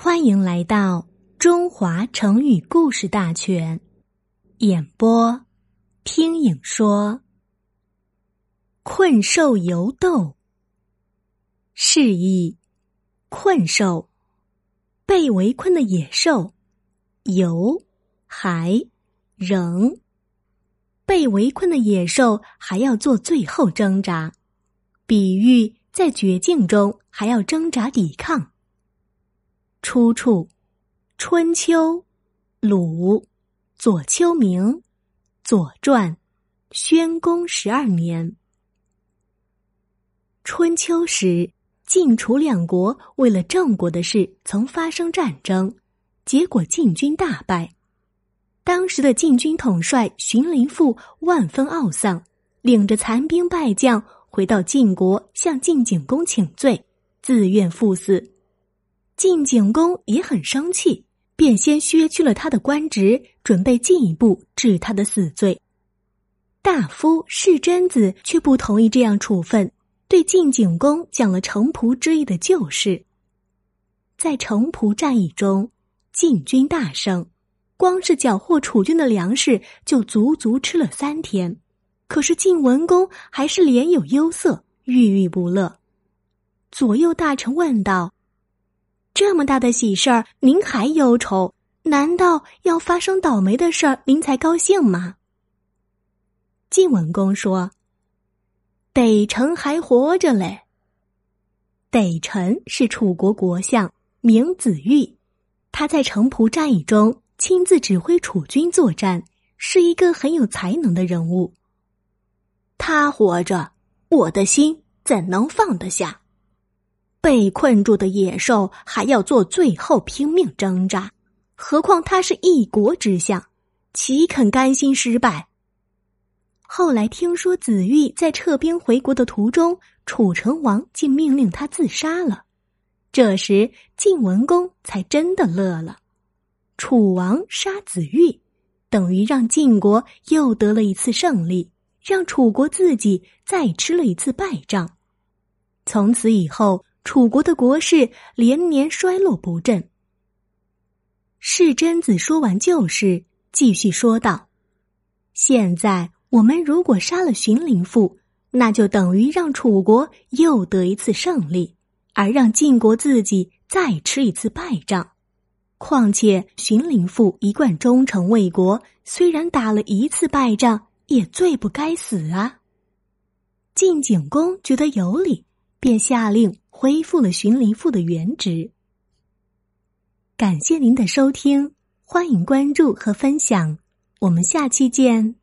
欢迎来到中华成语故事大全，演播听影说。困兽犹斗，释义：困兽，被围困的野兽，犹还仍，被围困的野兽还要做最后挣扎，比喻在绝境中还要挣扎抵抗。出处：春秋鲁左丘明左传宣公12年。春秋时，晋楚两国为了郑国的事曾发生战争，结果晋军大败。当时的晋军统帅荀林父万分懊丧，领着残兵败将回到晋国向晋景公请罪，自愿赴死。晋景公也很生气，便先削去了他的官职，准备进一步治他的死罪。大夫世真子却不同意这样处分，对晋景公讲了城濮之役的旧事。在城濮战役中，晋军大胜，光是缴获楚军的粮食就足足吃了3天。可是晋文公还是脸有忧色，郁郁不乐。左右大臣问道：这么大的喜事儿，您还忧愁？难道要发生倒霉的事儿，您才高兴吗？晋文公说：得臣还活着嘞。得臣是楚国国相，名子玉，他在城濮战役中亲自指挥楚军作战，是一个很有才能的人物。他活着，我的心怎能放得下？被困住的野兽还要做最后拼命挣扎，何况他是一国之相，岂肯甘心失败？后来听说子玉在撤兵回国的途中，楚成王竟命令他自杀了。这时晋文公才真的乐了。楚王杀子玉，等于让晋国又得了一次胜利，让楚国自己再吃了一次败仗。从此以后，楚国的国势连年衰落不振。世真子说完旧事，继续说道：现在我们如果杀了荀林父，那就等于让楚国又得一次胜利，而让晋国自己再吃一次败仗。况且荀林父一贯忠诚为国，虽然打了一次败仗，也罪不该死啊。晋景公觉得有理，便下令恢复了荀林父的原职。感谢您的收听，欢迎关注和分享，我们下期见。